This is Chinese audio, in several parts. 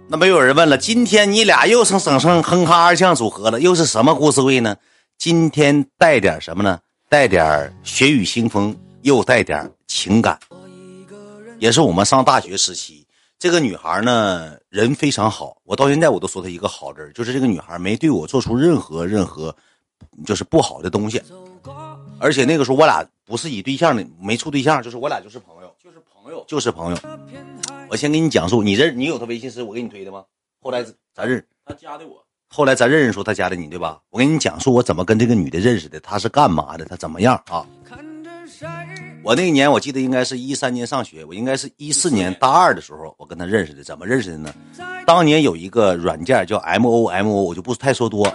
那么有人问了，今天你俩又成省哼哈二将组合了，又是什么故事会呢？今天带点什么呢？带点血雨腥风，又带点情感。也是我们上大学时期，这个女孩呢人非常好，我到现在我都说她一个好字，就是这个女孩没对我做出任何就是不好的东西。而且那个时候我俩不是以对象的，没处对象，就是我俩就是朋友。我先给你讲述，你有他微信是我给你推的吗？后来咱认识， 他加的我。 后来咱认识说他加的你，对吧？我给你讲述我怎么跟这个女的认识的，她是干嘛的，她怎么样啊？我那个年我记得应该是13年上学，我应该是14年大2的时候我跟她认识的。怎么认识的呢？当年有一个软件叫 MO， 我就不太说多。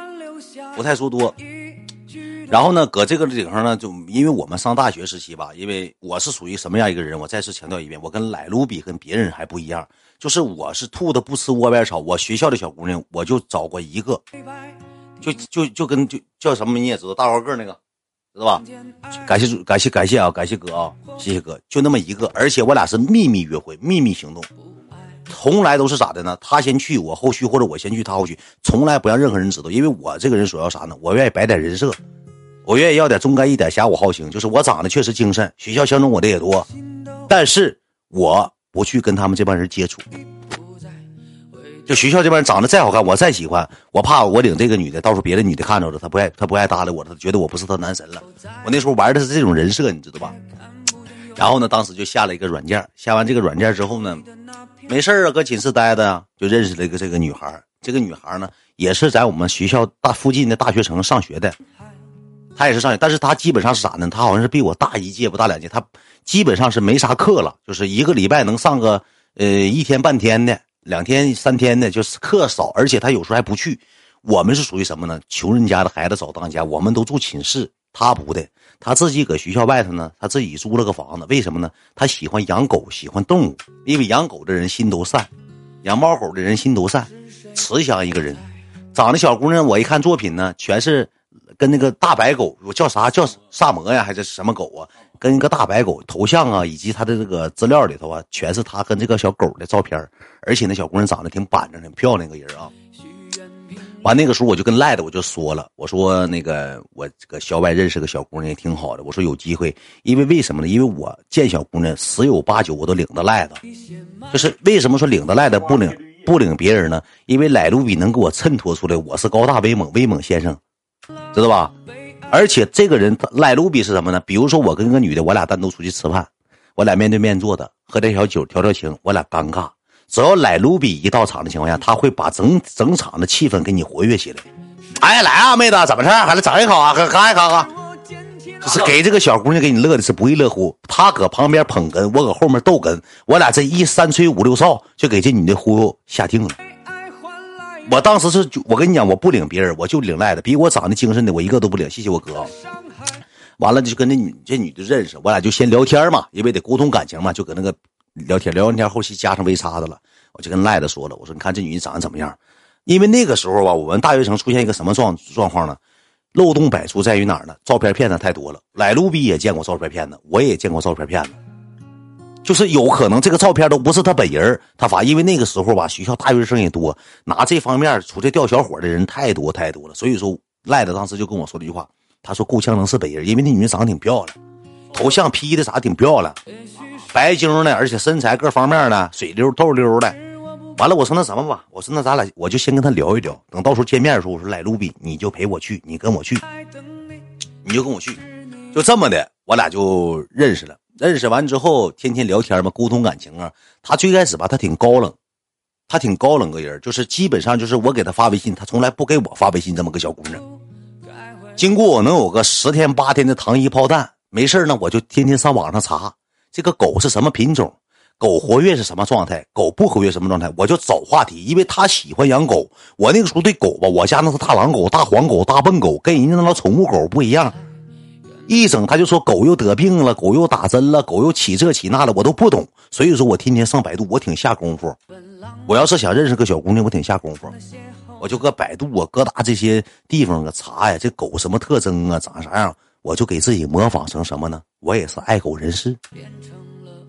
然后呢，搁这个顶上呢，就因为我们上大学时期吧，因为我是属于什么样一个人，我再次强调一遍，我跟莱卢比跟别人还不一样，就是我是兔子不吃窝边草。我学校的小姑娘，我就找过一个，就跟叫什么你也知道，大高个那个，知道吧？感谢啊，感谢哥啊，谢谢哥，就那么一个，而且我俩是秘密约会，秘密行动。从来都是咋的呢？他先去，我后续，或者我先去，他后续，从来不让任何人知道。因为我这个人所要啥呢？我愿意摆点人设，我愿意要点忠肝义胆，侠武好行。就是我长得确实精神，学校相中我的也多，但是我不去跟他们这帮人接触。就学校这帮人长得再好看，我再喜欢，我怕我领这个女的，到时候别的女的看着了，她不爱搭理我了，她觉得我不是她男神了。我那时候玩的是这种人设，你知道吧？然后呢，当时就下了一个软件，下完这个软件之后呢，没事啊，搁寝室待的，就认识了这个女孩。这个女孩呢，也是在我们学校附近的大学城上学的。她也是上学，但是她基本上是啥呢？她好像是比我大1届不大2届，她基本上是没啥课了，就是一个礼拜能上个1天半天的，2天3天的，就是课少，而且她有时候还不去。我们是属于什么呢？穷人家的孩子早当家，我们都住寝室，她不的。他自己搁学校外头呢，他自己租了个房子。为什么呢？他喜欢养狗，喜欢动物，因为养狗的人心都善，养猫狗的人心都善，慈祥一个人。长得小姑娘，我一看作品呢，全是跟那个大白狗，我叫啥叫萨摩呀，还是什么狗啊？跟一个大白狗头像啊，以及他的这个资料里头啊，全是他跟这个小狗的照片。而且那小姑娘长得挺板正，挺漂亮一个人啊。完那个时候我就跟赖的我就说了，我说那个我这个校外认识个小姑娘也挺好的，我说有机会，因为什么呢？因为我见小姑娘10有8九我都领着赖的，就是为什么说领着赖的不领别人呢？因为莱卢比能给我衬托出来我是高大威猛先生，知道吧？而且这个人莱卢比是什么呢？比如说我跟个女的，我俩单独出去吃饭，我俩面对面坐的，喝点小酒调情，我俩尴尬。只要莱卢比一到场的情况下，他会把整场的气氛给你活跃起来。哎，来啊，妹子，怎么事？还来整一口啊？喝一口。就是给这个小姑娘给你乐的是不亦乐乎。他搁旁边捧哏，我搁后面逗哏，我俩这一3吹5 6哨，就给这女的忽悠下定了。我当时是，我跟你讲，我不领别人，我就领赖的，比我长得精神的我一个都不领。谢谢我哥。完了就跟这女的认识，我俩就先聊天嘛，因为得沟通感情嘛，就搁那个。聊完天后期加上微叉子了，我就跟赖子说了，我说你看这女的长得怎么样？因为那个时候吧，我们大学城出现一个什么状况呢？漏洞百出在于哪儿呢？照片骗子太多了。莱卢比也见过照片骗子，我也见过照片骗子，就是有可能这个照片都不是他本人，因为那个时候吧，学校大学生也多，拿这方面出去钓小伙的人太多了。所以说赖子当时就跟我说了一句话，他说够呛能是本人，因为那女的长得挺漂亮，头像 P 的啥挺漂亮。白净的，而且身材各方面的水溜透溜的。完了，我说那什么吧，我说那咱俩我就先跟他聊一聊，等到时候见面的时候，我说来卢比，你就陪我去，你跟我去，你就跟我去，就这么的，我俩就认识了。认识完之后，天天聊天嘛，沟通感情啊。他最开始吧，他挺高冷个人，就是基本上就是我给他发微信，他从来不给我发微信，这么个小姑娘。经过我能有个10天8天的糖衣炮弹，没事呢，我就天天上网上查。这个狗是什么品种，狗活跃是什么状态，狗不活跃什么状态，我就找话题。因为他喜欢养狗，我那个时候对狗吧，我家那是大狼狗、大黄狗、大笨狗，跟人家那老宠物狗不一样。一整他就说狗又得病了，狗又打针了，狗又起这起那了，我都不懂。所以说我天天上百度，我挺下功夫。我要是想认识个小姑娘，我挺下功夫，我就搁百度啊各大这些地方啊查呀，这狗什么特征啊，长啥样，我就给自己模仿成什么呢？我也是爱狗人士。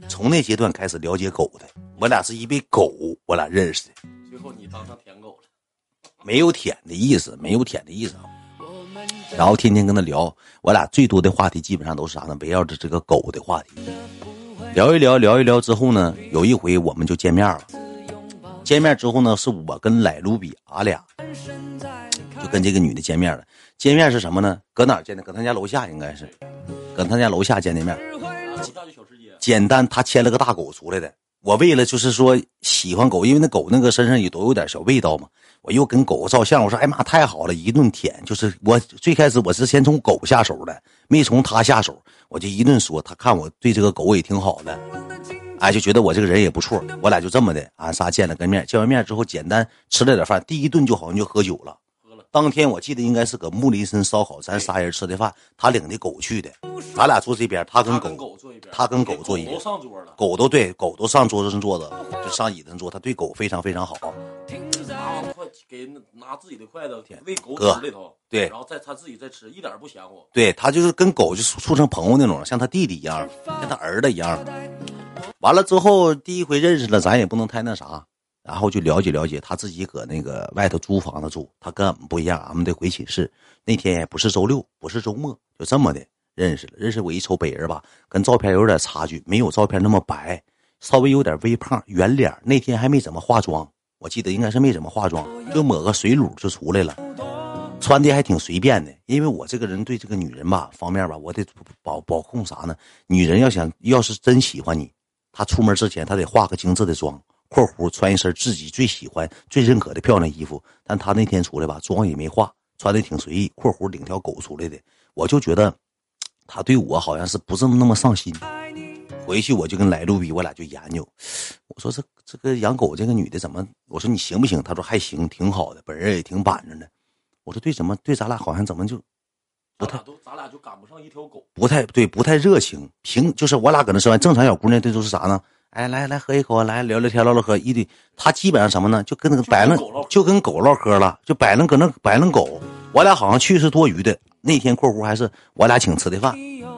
从那阶段开始了解狗的。我俩是因为狗我俩认识的。 最后你当上舔狗了？ 没有舔的意思，没有舔的意思啊。然后天天跟他聊，我俩最多的话题基本上都是啥呢？围绕着这个狗的话题，聊一聊之后呢，有一回我们就见面了。见面之后呢，是我跟莱卢比俺俩就跟这个女的见面了。见面是什么呢？搁哪儿见的？搁他家楼下，应该是搁他家楼下见的面。简单，他牵了个大狗出来的。我为了就是说喜欢狗，因为那狗那个身上也都有点小味道嘛，我又跟狗照相，我说哎妈太好了，一顿舔。就是我最开始我是先从狗下手的，没从他下手，我就一顿说，他看我对这个狗也挺好的，哎，就觉得我这个人也不错，我俩就这么的，俺仨见了个面，见完面之后简单吃了点饭，第一顿就好像就喝酒了。当天我记得应该是搁木林森烧烤，咱仨人吃的饭，他领的狗去的，咱俩坐这边，他跟狗坐一边，他跟狗坐一边，狗都对，狗都上桌子上坐着，就上椅子上坐，他对狗非常非常好。 给拿自己的筷子喂狗搁里头， 对， 然后他自己再吃，一点不嫌乎。 对，他就是跟狗就处成朋友那种，像他弟弟一样，像他儿子一样。完了之后，第一回认识了，咱也不能太那啥。然后就了解了解，他自己搁那个外头租房子住，他跟俺们不一样，俺们得回寝室。那天也不是周六，不是周末，就这么的认识了。认识我一瞅北人吧，跟照片有点差距，没有照片那么白，稍微有点微胖，圆脸。那天还没怎么化妆，我记得应该是没怎么化妆，就抹个水乳就出来了。穿的还挺随便的，因为我这个人对这个女人吧方面吧，我得保控啥呢？女人要是真喜欢你，她出门之前她得化个精致的妆。括弧穿一身自己最喜欢最认可的漂亮衣服，但他那天出来吧，妆也没化，穿的挺随意，括弧领条狗出来的，我就觉得他对我好像是不是那么上心。回去我就跟莱卢比我俩就研究，我说这个养狗这个女的怎么，我说你行不行？他说还行，挺好的，本人也挺板着的。我说对咱俩好像怎么就不太， 咱俩就赶不上一条狗， 不太热情。就是我俩搁那吃完，正常小姑娘这都是啥呢？哎，来喝一口，来聊聊天，唠唠嗑，一堆。他基本上什么呢？就跟那个摆弄，就跟狗唠嗑了，就摆弄搁那摆弄狗。我俩好像去是多余的。那天括弧还是我俩请吃的饭，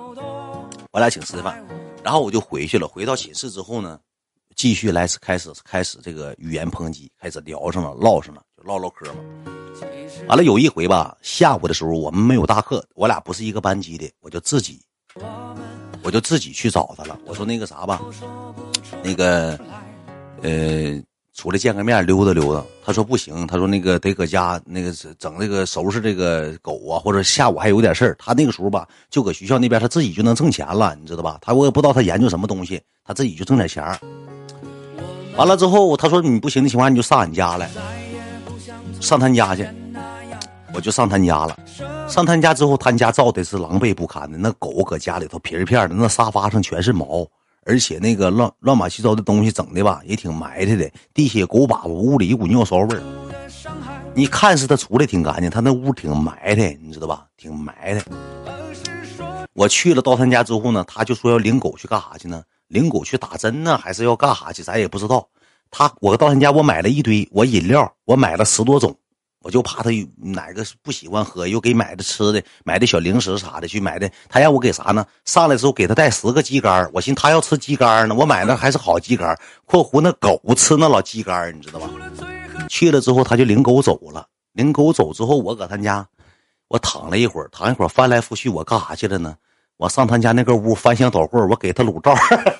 然后我就回去了。回到寝室之后呢，继续开始这个语言抨击，开始聊上了，唠上了，就唠唠嗑嘛。完了有一回吧，下午的时候我们没有大课，我俩不是一个班级的，我就自己去找他了。我说那个啥吧。那个出来见个面溜达溜达，他说不行，他说那个得搁家那个整那个收拾这个狗啊，或者下午还有点事儿。他那个时候吧就搁学校那边他自己就能挣钱了，你知道吧？我也不知道他研究什么东西，他自己就挣点钱。完了之后他说你不行的情况下你就上俺家来，上他家去。我就上他家了，上他家之后他家造的是狼狈不堪的，那狗搁家里头皮片的，那沙发上全是毛，而且那个乱八七糟的东西整的吧也挺埋汰的，地下狗粑粑，屋里一股尿骚味儿。你看是他出来挺干净，他那屋挺埋汰，你知道吧？挺埋汰。我去了到他家之后呢，他就说要领狗去干啥去呢？领狗去打针呢，还是要干啥去？咱也不知道。我到他家我买了一堆，我饮料我买了10多种。我就怕他哪个不喜欢喝，又给买的吃的，买的小零食啥的去买的。他让我给啥呢？上来之后给他带10个鸡肝，我寻他要吃鸡肝呢，我买的还是好鸡肝。括弧那狗吃那老鸡肝，你知道吧？去了之后他就领狗走了，领狗走之后我搁他家，我躺了一会儿，翻来覆去，我干啥去了呢？我上他家那个屋翻箱倒柜，我给他卤照。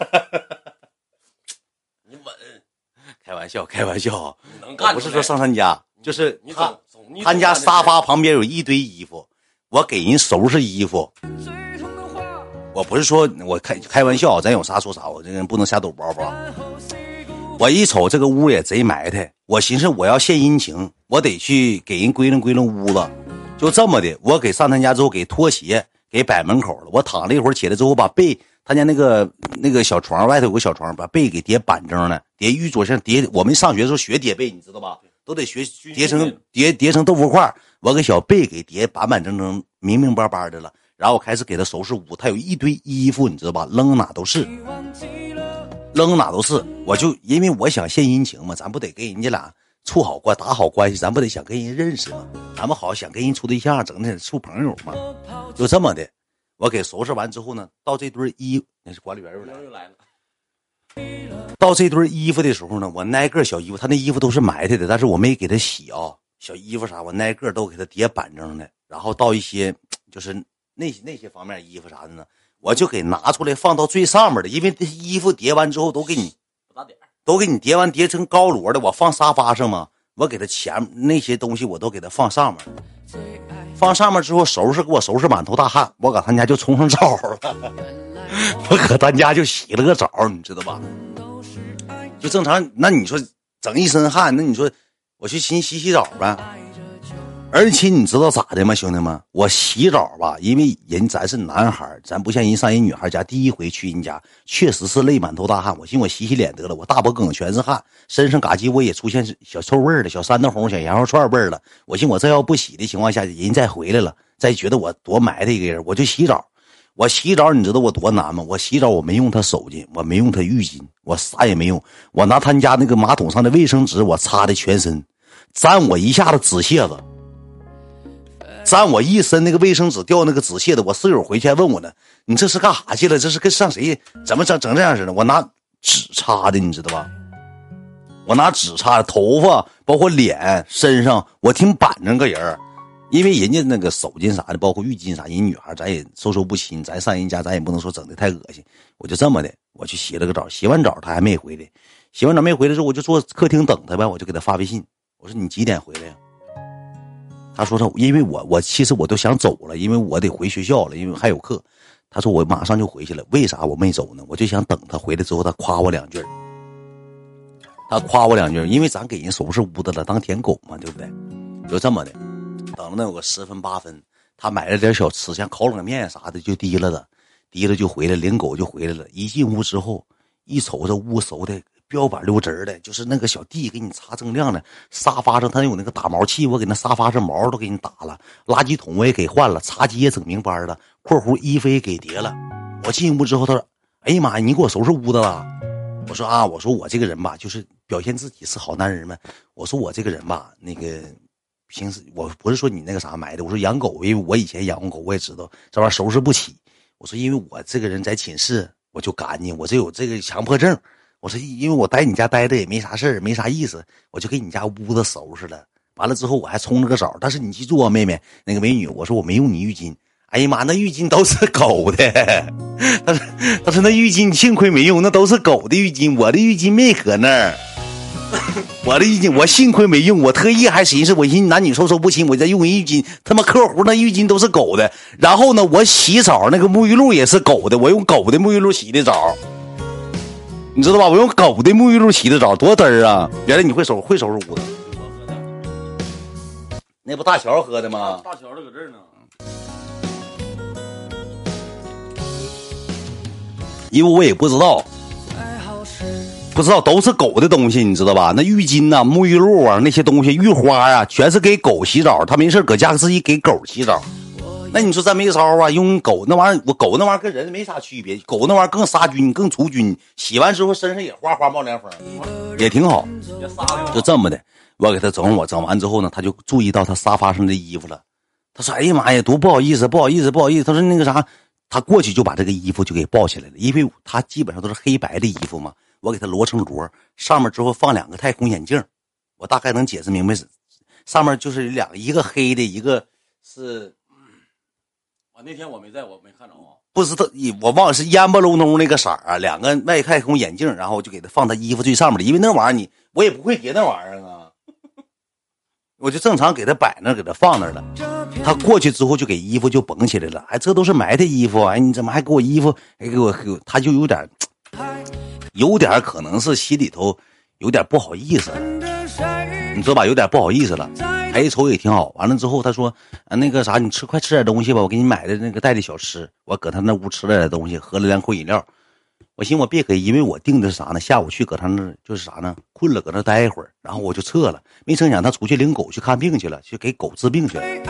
你稳， 开玩笑， 我不是说上他家。就是他家沙发旁边有一堆衣服，我给人收拾衣服。我不是说我开玩笑，咱有啥说啥，我这个人不能瞎抖包包。我一瞅这个屋也贼埋汰，我寻思我要献殷勤，我得去给人归拢归拢屋子。就这么的，我给上他家之后给拖鞋给摆门口了。我躺了一会儿起来之后把被，他家那个小床外头有个小床，把被给叠板正了，叠玉桌上叠。我们上学的时候学叠被，你知道吧？都得学叠成豆腐块，我给小被给叠板板正正明明白白的了，然后我开始给他收拾屋，他有一堆衣服，你知道吧？扔哪都是，我就因为我想献殷勤嘛，咱不得跟人家俩打好关系，咱不得想跟人认识嘛，咱们好想跟人处对象，整点处朋友嘛，就这么的。我给收拾完之后呢，到这堆衣，那是管理员又来了。 到这堆衣服的时候呢，我挨个小衣服，他那衣服都是埋汰的，但是我没给他洗啊，小衣服啥我挨个都给他叠板正的。然后到一些就是那些方面衣服啥的呢，我就给拿出来放到最上面的，因为这衣服叠完之后都给你叠完叠成高摞的，我放沙发上嘛，我给他前那些东西我都给他放上面，放上面之后给我收拾满头大汗，我搁他家就冲上澡了，我搁他家就洗了个澡，你知道吧？就正常，那你说整一身汗，那你说我去洗澡呗。而且你知道咋的吗，兄弟们？我洗澡吧，因为咱是男孩，咱不像人上人女孩家，第一回去人家确实是累满头大汗。我寻我洗脸得了，我大脖梗全是汗，身上嘎叽我也出现小臭味了，小山豆红、小羊肉串味了。我寻我这要不洗的情况下，人再回来了，再觉得我多埋汰一个人，我就洗澡。我洗澡你知道我多难吗？我洗澡我没用他手巾，我没用他浴巾，我啥也没用，我拿他家那个马桶上的卫生纸我擦的全身，沾我一下子纸屑子，沾我一身那个卫生纸掉那个纸屑的。我室友回去还问我呢，你这是干啥去了？这是跟上谁怎么整这样似的？我拿纸擦的，你知道吧？我拿纸擦的头发，包括脸、身上，我挺板正个人。因为人家那个手巾啥的，包括浴巾啥，人女孩咱也收不清，咱上人家咱也不能说整的太恶心。我就这么的，我去洗了个澡，洗完澡他还没回来，洗完澡没回来之后，我就坐客厅等他呗，我就给他发微信，我说你几点回来呀？他说因为我其实我都想走了，因为我得回学校了，因为还有课。他说我马上就回去了，为啥我没走呢？我就想等他回来之后，他夸我两句。因为咱给人收拾屋子了，当舔狗嘛，对不对？就这么的。等了有个10分8分，他买了点小吃，像烤冷面啥的就提了就回来，领狗就回来了。一进屋之后，一瞅这屋收的标板溜直的，就是那个小地给你擦锃亮的，沙发上他有那个打毛器，我给那沙发上毛都给你打了，垃圾桶我也给换了，茶几也整明白了，括弧衣服也给叠了。我进屋之后，他说：“哎呀妈呀，你给我收拾屋子了？”我说：“啊，我说我这个人吧，就是表现自己是好男人们。我说我这个人吧，那个。”平时我不是说你那个啥买的，我说养狗，因为我以前养过狗，我也知道这玩意儿收拾不起。我说因为我这个人在寝室我就干净，我这有这个强迫症。我说因为我在你家待着也没啥事儿，没啥意思，我就给你家屋子收拾了。完了之后我还冲了个澡，但是你记住啊，妹妹那个美女，我说我没用你浴巾。哎呀妈，那浴巾都是狗的，但是那浴巾幸亏没用，那都是狗的浴巾，我的浴巾没搁那儿。我的浴巾我幸亏没用，我特意还寻思，我寻思男女授受不亲，我再用浴巾，他妈客户那浴巾都是狗的。然后呢，我洗澡那个沐浴露也是狗的，我用狗的沐浴露洗的澡，你知道吧？我用狗的沐浴露洗的澡，多嘚儿啊！原来你会收拾屋子，那不大乔喝的吗？ 大乔的搁这儿呢。 因为我也不知道都是狗的东西，你知道吧？那浴巾啊、沐浴露啊那些东西，浴花啊，全是给狗洗澡，他没事搁家自己给狗洗澡。那你说咱没招啊？用狗那玩意儿，我狗那玩意儿跟人没啥区别，狗那玩意儿更杀菌更除菌，洗完之后身上也哗哗冒凉风，也挺好。就这么的，我给他整完之后呢，他就注意到他沙发上的衣服了。他说：“哎呀妈呀，多不好意思。”他说：“那个啥。”他过去就把这个衣服就给抱起来了，因为他基本上都是黑白的衣服嘛。我给他摞成摞，上面之后放2个太空眼镜，我大概能解释明白，上面就是2个，一个黑的，一个是， 那天我没在，我没看着啊， 不知道，我忘了是烟不隆咚那个色儿，2个外太空眼镜，然后我就给他放他衣服最上面的，因为那玩意儿我也不会叠那玩意儿啊，我就正常给他摆那，给他放那了。他过去之后就给衣服就绷起来了，哎，这都是埋汰衣服，哎，你怎么还给我衣服？哎，给我，他就有点可能是心里头有点不好意思了，你知道吧？有点不好意思了。他一瞅也挺好。完了之后他说：“那个啥，你快吃点东西吧，我给你买的那个带的小吃。”我搁他那屋吃了点东西，喝了2口饮料。我寻思我别给，因为我定的是啥呢？下午去搁他那就是啥呢？困了搁那待一会儿，然后我就撤了。没成想他出去领狗去看病去了，去给狗治病去了。